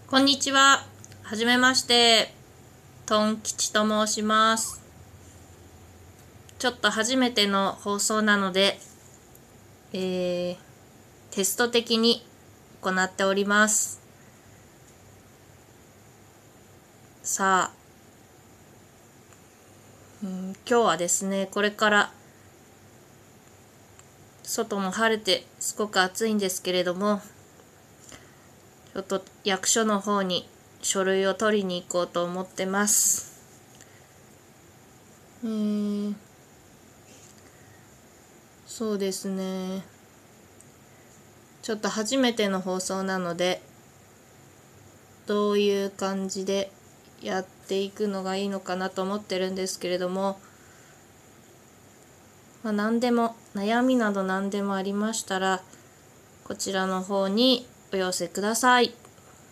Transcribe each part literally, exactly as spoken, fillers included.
こんにちは。はじめまして。トン吉と申します。ちょっと初めての放送なので、えー、テスト的に行っております。さあ、うん、今日はですね、これから外も晴れてすごく暑いんですけれども、ちょっと役所の方に書類を取りに行こうと思ってます。えー、そうですね。ちょっと初めての放送なので、どういう感じでやっていくのがいいのかなと思ってるんですけれども、まあ、何でも悩みなど何でもありましたらこちらの方にお寄せください。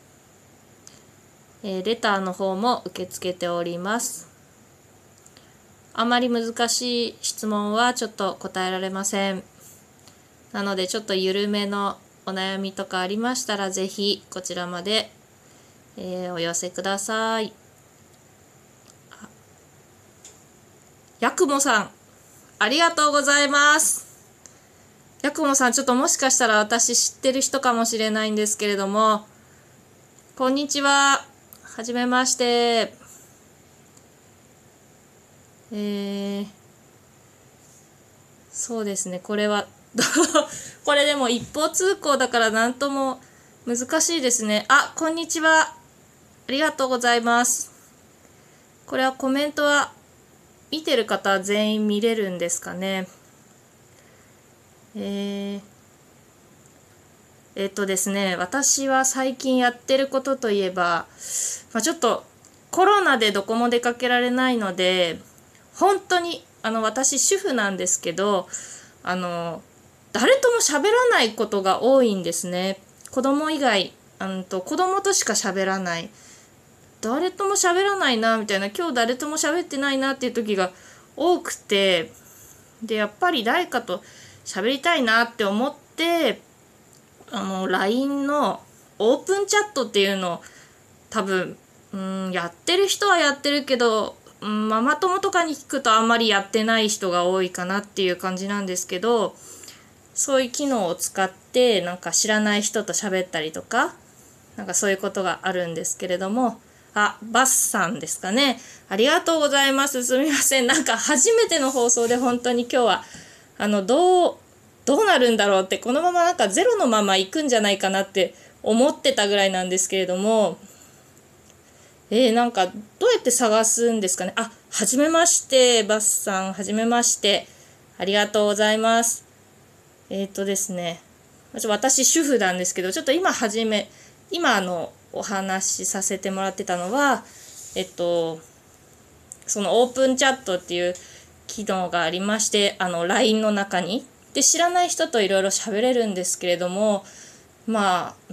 えー、レターの方も受け付けております。あまり難しい質問はちょっと答えられません。なのでちょっと緩めのお悩みとかありましたらぜひこちらまで、えー、お寄せください。やくもさん、ありがとうございます。やくもさん、ちょっともしかしたら私知ってる人かもしれないんですけれども、こんにちは。はじめまして。えー、そうですね、これは、これでも一方通行だからなんとも難しいですね。あ、こんにちは。ありがとうございます。これはコメントは見てる方は全員見れるんですかね。えー、えっとですね、私は最近やってることといえば、まあ、ちょっとコロナでどこも出かけられないので、本当にあの私主婦なんですけど、あの誰とも喋らないことが多いんですね。子供以外、あのと子供としか喋らない。誰とも喋らないなみたいな、今日誰とも喋ってないなっていう時が多くて、でやっぱり誰かと喋りたいなって思って、あの ライン のオープンチャットっていうのを多分、うん、やってる人はやってるけど、うん、ママ友とかに聞くとあんまりやってない人が多いかなっていう感じなんですけど、そういう機能を使ってなんか知らない人と喋ったりとか、なんかそういうことがあるんですけれども、あ、バスさんですかね。ありがとうございます。すみません。なんか初めての放送で本当に今日はあのどうどうなるんだろうって、このままなんかゼロのまま行くんじゃないかなって思ってたぐらいなんですけれども、えー、なんかどうやって探すんですかね。あ、はじめまして、バスさん、はじめまして。ありがとうございます。えっとですね、私主婦なんですけど、ちょっと今はじめ、今あのお話しさせてもらってたのは、えっと、そのオープンチャットっていう機能がありまして、あの ライン の中に。で、知らない人といろいろ喋れるんですけれども、まあ、うん、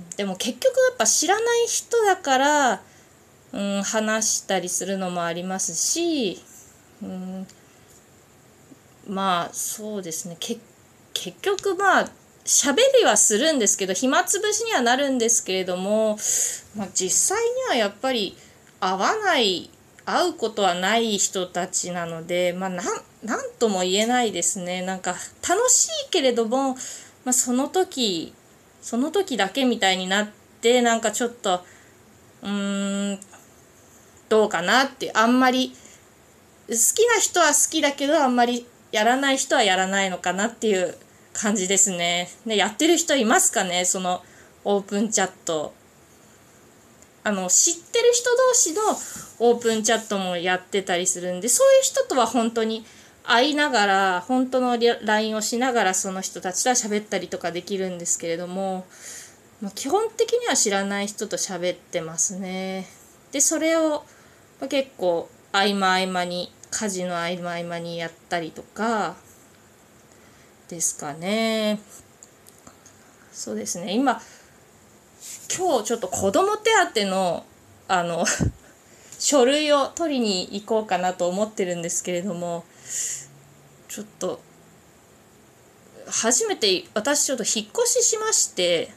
でも結局やっぱ知らない人だから、うん、話したりするのもありますし、うん、まあそうですね、け結局まあ喋りはするんですけど、暇つぶしにはなるんですけれども、まあ、実際にはやっぱり会わない会うことはない人たちなので、まあ、なんなんとも言えないですね。なんか楽しいけれども、まあ、その時その時だけみたいになって、なんかちょっとうーんどうかなって、あんまり好きな人は好きだけどあんまりやらない人はやらないのかなっていう感じですね。で、やってる人いますかね、そのオープンチャット。あの知ってる人同士のオープンチャットもやってたりするんで、そういう人とは本当に会いながら、本当の ライン をしながらその人たちとは喋ったりとかできるんですけれども、基本的には知らない人と喋ってますね。でそれを結構合間合間に、家事の合間合間にやったりとかですかね。そうですね、今今日ちょっと子ども手当のあの書類を取りに行こうかなと思ってるんですけれども、ちょっと初めて私ちょっと引っ越ししまして、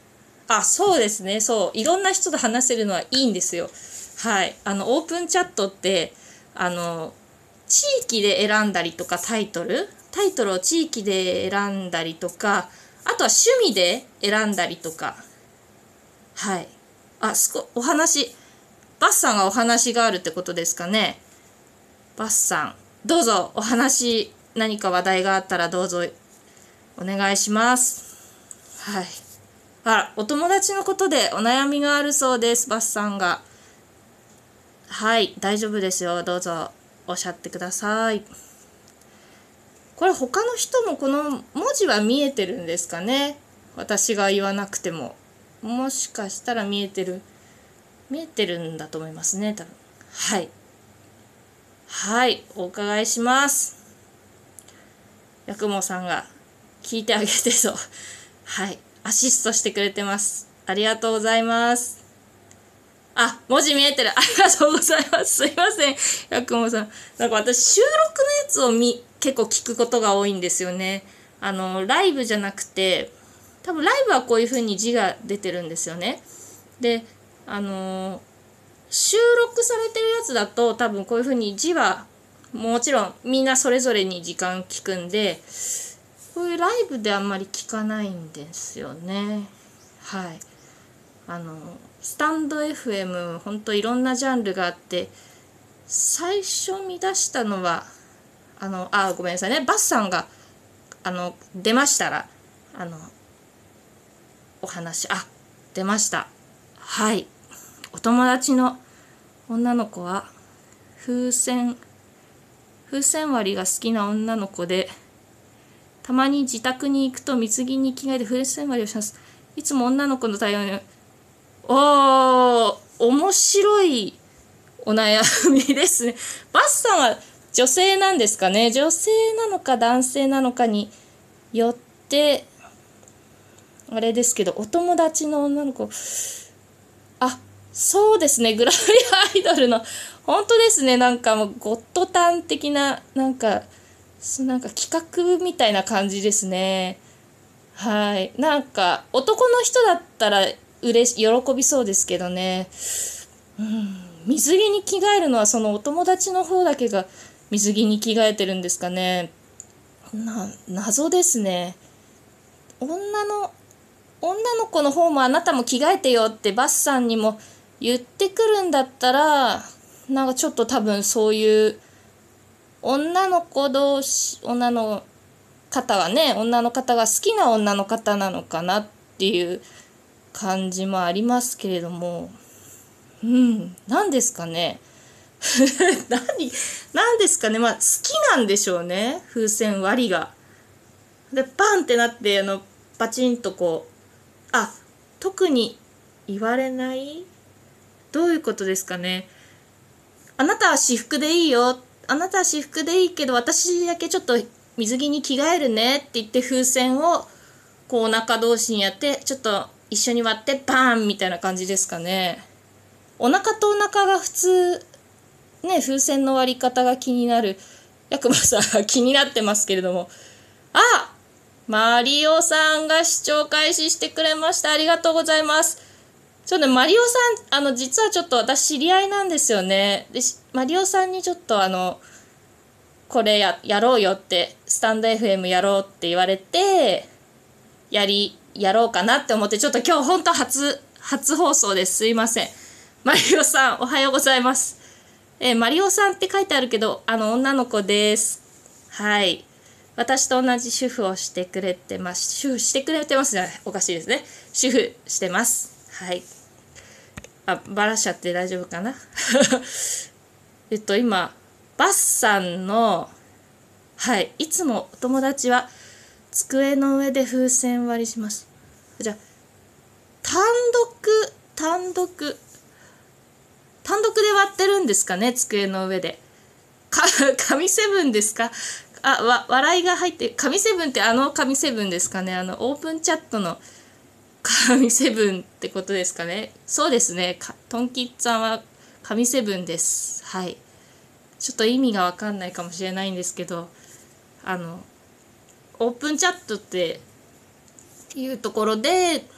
あ、そうですね。そう。いろんな人と話せるのはいいんですよ。はい。あの、オープンチャットって、あの、地域で選んだりとかタイトルタイトルを地域で選んだりとか、あとは趣味で選んだりとか。はい。あ、すこ、お話、バッさんがお話があるってことですかね。バッさん、どうぞお話、何か話題があったらどうぞお願いします。はい。あ、お友達のことでお悩みがあるそうです、バッさんが。はい、大丈夫ですよ。どうぞおっしゃってください。これ他の人もこの文字は見えてるんですかね。私が言わなくても。もしかしたら見えてる、見えてるんだと思いますね、多分。はい。はい、お伺いします。ヤクモさんが聞いてあげてそう。はい、アシストしてくれてます。ありがとうございます。あ、文字見えてる。ありがとうございます。すいません、ヤクモさん。なんか私、収録のやつをみ結構聞くことが多いんですよね。あの、ライブじゃなくて、多分ライブはこういう風に字が出てるんですよね。で、あの、収録されてるやつだと多分こういう風に字はもちろんみんなそれぞれに時間聞くんで、こういうライブであんまり聞かないんですよね。はい。あのスタンド エフエム ほんといろんなジャンルがあって、最初見出したのはあのあごめんなさいね、バスさんがあの出ましたらあのお話あ出ました。はい。お友達の女の子は風船風船割りが好きな女の子で、たまに自宅に行くと水着に着替えて風船割りをします。いつも女の子の対応に、おー、面白いお悩みですね。バスさんは女性なんですかね。女性なのか男性なのかによってあれですけど、お友達の女の子、あ、そうですね、グラビアアイドルの本当ですね。なんかもうゴッドタン的ななんかなんか企画みたいな感じですね。はい。なんか男の人だったらうれし喜びそうですけどね。うん、水着に着替えるのはそのお友達の方だけが水着に着替えてるんですかね。な謎ですね。女の女の子の方もあなたも着替えてよってバスさんにも言ってくるんだったら、なんかちょっと多分そういう女の子同士女の方がね女の方が好きな女の方なのかなっていう感じもありますけれども、うん何ですかね何何ですかね。まあ好きなんでしょうね、風船割りが。でバンってなってあのパチンとこう、あ、特に言われない、どういうことですかね。あなたは私服でいいよ、あなたは私服でいいけど私だけちょっと水着に着替えるねって言って風船をこうお腹同士にやってちょっと一緒に割ってバーンみたいな感じですかね。お腹とお腹が普通ね、風船の割り方が気になるヤクマさんが気になってますけれども、あ、マリオさんが視聴開始してくれました。ありがとうございます。ちょっとマリオさん、あの実はちょっと私知り合いなんですよね。でマリオさんにちょっとあのこれ や, やろうよってスタンド エフエム やろうって言われてやりやろうかなって思って、ちょっと今日本当初初放送です。すいません。マリオさんおはようございます。えー、マリオさんって書いてあるけどあの女の子です。はい。私と同じ主婦をしてくれてます。主婦してくれてますじゃない、おかしいですね。主婦してます。はい。あ、バラしちゃって大丈夫かなえっと今バッさんの、はい、いつもお友達は机の上で風船割りします。じゃあ単独単独単独で割ってるんですかね、机の上で。か紙セブンですか。あ、わ笑いが入って、紙セブンってあの紙セブンですかね。あのオープンチャットの紙セブンってことですかね。そうですね。トンキッさんは紙セブンです。はい。ちょっと意味がわかんないかもしれないんですけど、あのオープンチャットっていうところで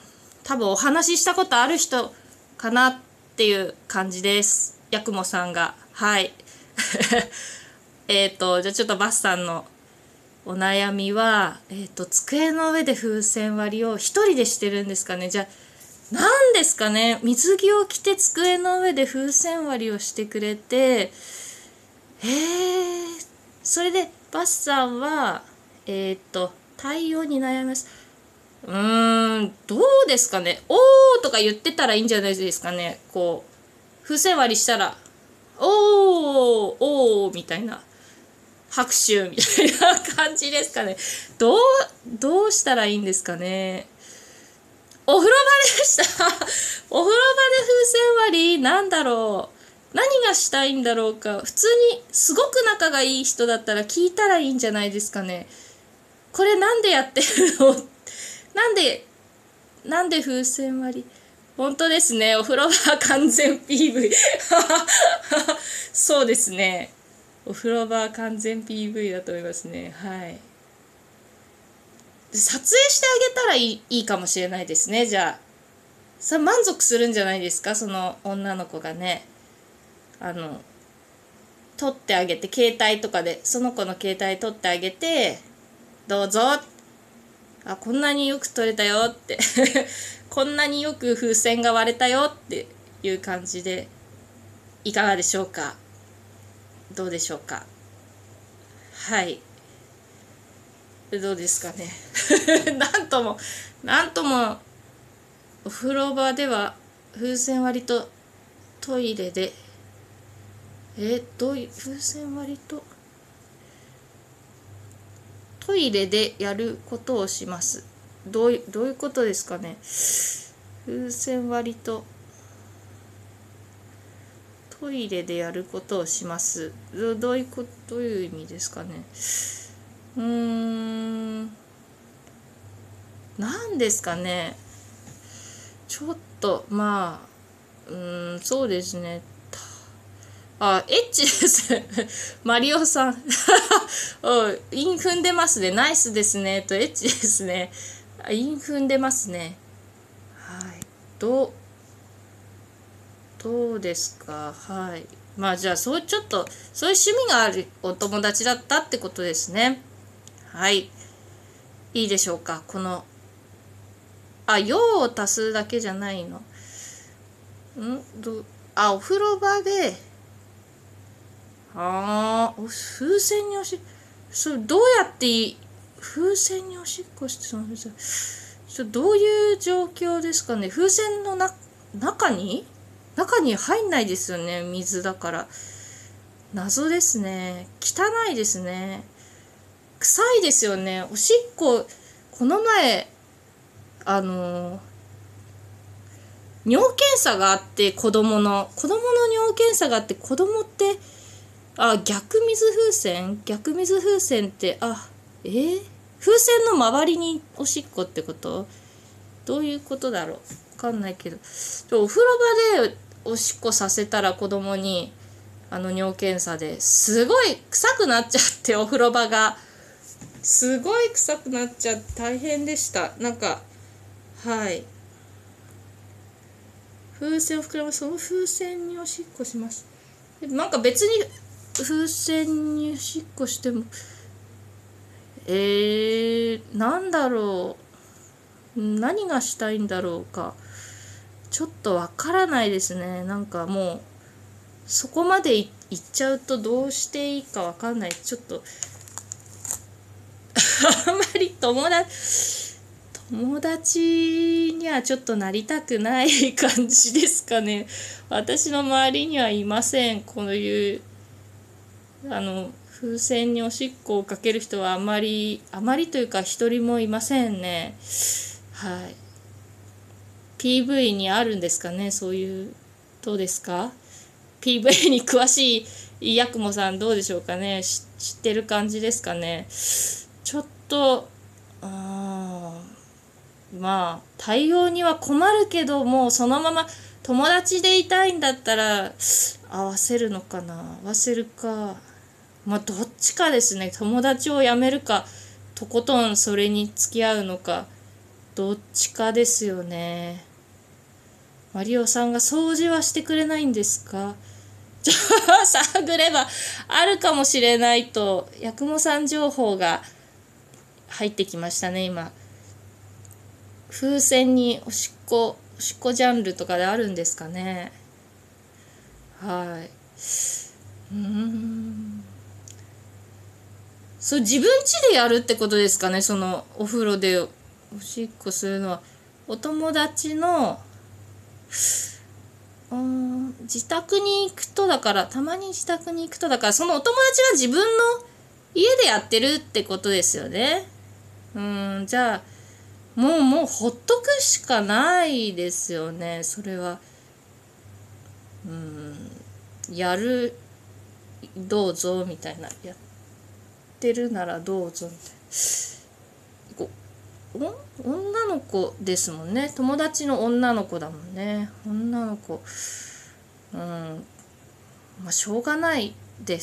多分お話ししたことある人かなっていう感じです。ヤクモさんが。はい。えっと、じゃあちょっとバスさんのお悩みは、えっと、机の上で風船割りを一人でしてるんですかね。じゃあ、何ですかね。水着を着て机の上で風船割りをしてくれて、えー、それでバスさんは、えっと、対応に悩みます。うーん、どうですかね。おーとか言ってたらいいんじゃないですかね。こう、風船割りしたら、おー、おーみたいな。拍手みたいな感じですかね。どう、どうしたらいいんですかね。お風呂場でしたお風呂場で風船割りなんだろう。何がしたいんだろうか。普通にすごく仲がいい人だったら聞いたらいいんじゃないですかね。これなんでやってるのなんで、なんで風船割り本当ですね。お風呂場完全 ピーブイ そうですね。お風呂場完全 ピーブイ だと思いますね。はい。撮影してあげたらいい、いいかもしれないですね。じゃあ。さ満足するんじゃないですか、その女の子がね。あの、撮ってあげて、携帯とかで、その子の携帯撮ってあげて、どうぞ。あ、こんなによく撮れたよって。こんなによく風船が割れたよっていう感じで、いかがでしょうか。どうでしょうか。はい。どうですかね。なんとも、なんとも、お風呂場では風船割りとトイレで、え、どういう、風船割りとトイレでやることをします。どういう、どういうことですかね。風船割りとトイレでやることをします。どどういうこと、どういう意味ですかね。うーん、なんですかね。ちょっと、まあ、うーん、そうですね。あ、エッチですね。マリオさん。おイン踏んでますね。ナイスですね。と、エッチですね。イン踏んでますね。はい。どう、どうですか。はい。まあ、じゃあ、そう、ちょっと、そういう趣味があるお友達だったってことですね。はい。いいでしょうか。この、あ、用を足すだけじゃないの。んど、あ、お風呂場で、ああ、風船におし、それどうやっていい風船におしっこしてその風船、ちょどういう状況ですかね。風船のな中に中に入んないですよね。水だから。謎ですね。汚いですね。臭いですよね。おしっこ、この前、あの、尿検査があって、子供の、子供の尿検査があって、子供って、あ、逆水風船逆水風船って、あ、えー、風船の周りにおしっこってこと？どういうことだろうわかんないけど。お風呂場でおしっこさせたら子供に、あの尿検査ですごい臭くなっちゃって、お風呂場が。すごい臭くなっちゃって大変でした。なんか、はい。風船を膨らまその風船におしっこします。なんか別に風船におしっこしても、えー、なんだろう。何がしたいんだろうか。ちょっとわからないですね。なんかもう、そこまでいっちゃうとどうしていいかわかんない。ちょっと、あんまり友達、友達にはちょっとなりたくない感じですかね。私の周りにはいません。こういう、あの、風船におしっこをかける人はあまり、あまりというか一人もいませんね。はい。ピーブイ にあるんですかね、そういう、どうですか ?ピーブイ に詳しいヤクモさんどうでしょうかね、知ってる感じですかね。ちょっと、あまあ、対応には困るけど、もうそのまま友達でいたいんだったら、合わせるのかな、合わせるか。まあ、どっちかですね。友達を辞めるか、とことんそれに付き合うのか。 どっちかですよね。マリオさんが掃除はしてくれないんですか？じゃあ探ればあるかもしれないと、八雲さん情報が入ってきましたね今。風船におしっこおしっこジャンルとかであるんですかね。はい。うーん。そう、自分家でやるってことですかね。そのお風呂でおしっこするのはお友達のうーん自宅に行くとだから、たまに自宅に行くとだから、そのお友達は自分の家でやってるってことですよね。うーんじゃあもうもうほっとくしかないですよね、それは。うーんやる、どうぞみたいな、やってるならどうぞみたいな。お女の子ですもんね、友達の女の子だもんね、女の子。うんまあしょうがないです。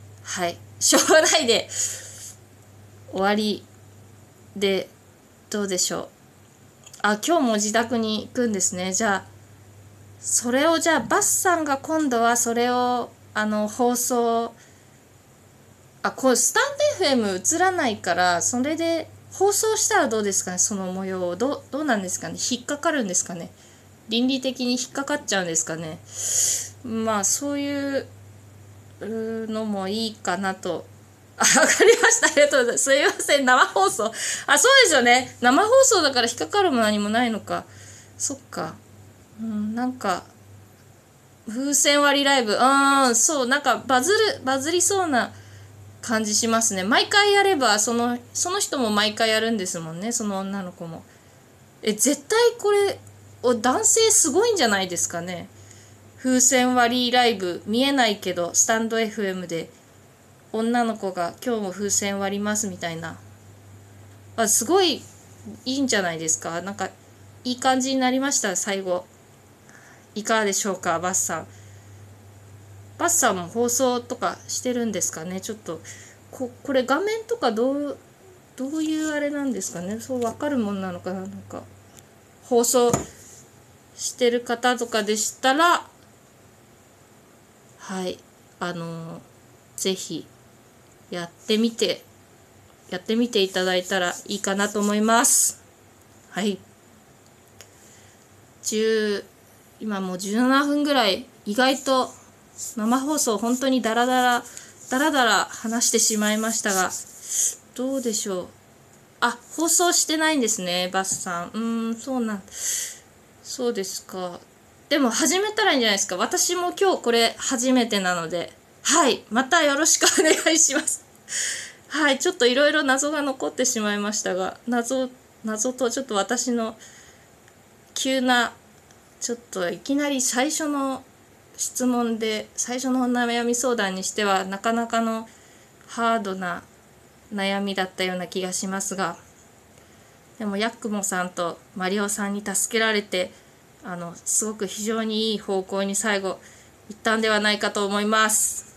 はい、しょうがないで終わりで、どうでしょう。あ、今日も自宅に行くんですね。じゃあそれを、じゃあバスさんが今度はそれをあの放送、あ、こうスタンド エフエム 映らないから、それで放送したらどうですかね。その模様をどうどうなんですかね。引っかかるんですかね。倫理的に引っかかっちゃうんですかね。まあそういうのもいいかなと。あ、わかりました。ありがとうございます。すいません、生放送。あ、そうですよね。生放送だから引っかかるも何もないのか。そっか。うん、なんか風船割りライブ、うん、そう、なんかバズるバズりそうな感じしますね。毎回やれば、そのその人も毎回やるんですもんね、その女の子も。え、絶対これお男性すごいんじゃないですかね。風船割りライブ、見えないけどスタンド エフエム で女の子が今日も風船割りますみたいな。あ、すごいいいんじゃないですか。なんかいい感じになりました。最後いかがでしょうか。バスさんバスさんも放送とかしてるんですかね。ちょっと こ, これ画面とかどうどういうあれなんですかね。そう分かるもんなのかな。なんか放送してる方とかでしたら、はいあのぜひやってみてやってみていただいたらいいかなと思います。はい。じゅう今もうじゅうななふんぐらい、意外と生放送本当にダラダラダラダラ話してしまいましたが、どうでしょう。あ、放送してないんですね、バスさん。うーん、そうなん、そうですか。でも始めたらいいんじゃないですか。私も今日これ初めてなので、はい、またよろしくお願いします。はい、ちょっといろいろ謎が残ってしまいましたが、謎謎とちょっと私の急な、ちょっといきなり最初の質問で、最初のお悩み相談にしてはなかなかのハードな悩みだったような気がしますが、でもヤックモさんとマリオさんに助けられて、あのすごく非常にいい方向に最後行ったんではないかと思います。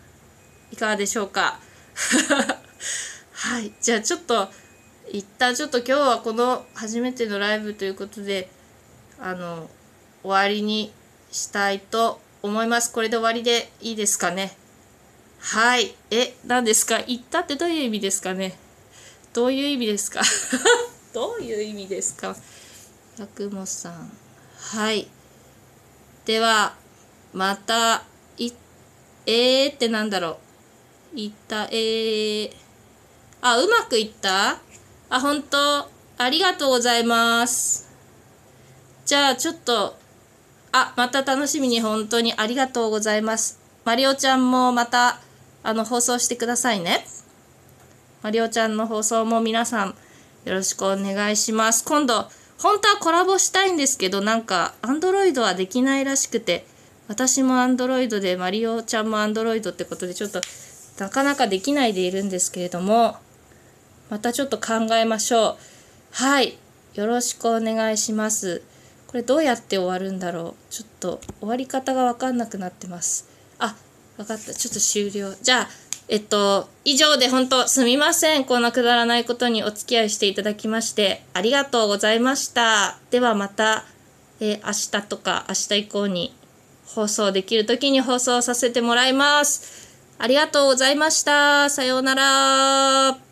いかがでしょうか。はい、じゃあちょっと一旦ちょっと今日はこの初めてのライブということで、あの終わりにしたいと思います。これで終わりでいいですかね。はい。え、何ですか？言ったってどういう意味ですかね。どういう意味ですか？どういう意味ですか？ヤクモさん。はい。では、また、い、えーってなんだろう。言った、えー。あ、うまくいった？あ、本当？ありがとうございます。じゃあ、ちょっと、あ、また楽しみに、本当にありがとうございます。マリオちゃんもまた、あの、放送してくださいね。マリオちゃんの放送も皆さん、よろしくお願いします。今度、本当はコラボしたいんですけど、なんか、アンドロイドはできないらしくて、私もアンドロイドで、マリオちゃんもアンドロイドってことで、ちょっと、なかなかできないでいるんですけれども、またちょっと考えましょう。はい。よろしくお願いします。これどうやって終わるんだろう。ちょっと終わり方が分かんなくなってます。あ、分かった。ちょっと終了。じゃあ、 えっと、以上で本当すみません。こんなくだらないことにお付き合いしていただきまして、ありがとうございました。ではまた、えー明日とか明日以降に放送できる時に放送させてもらいます。ありがとうございました。さようなら。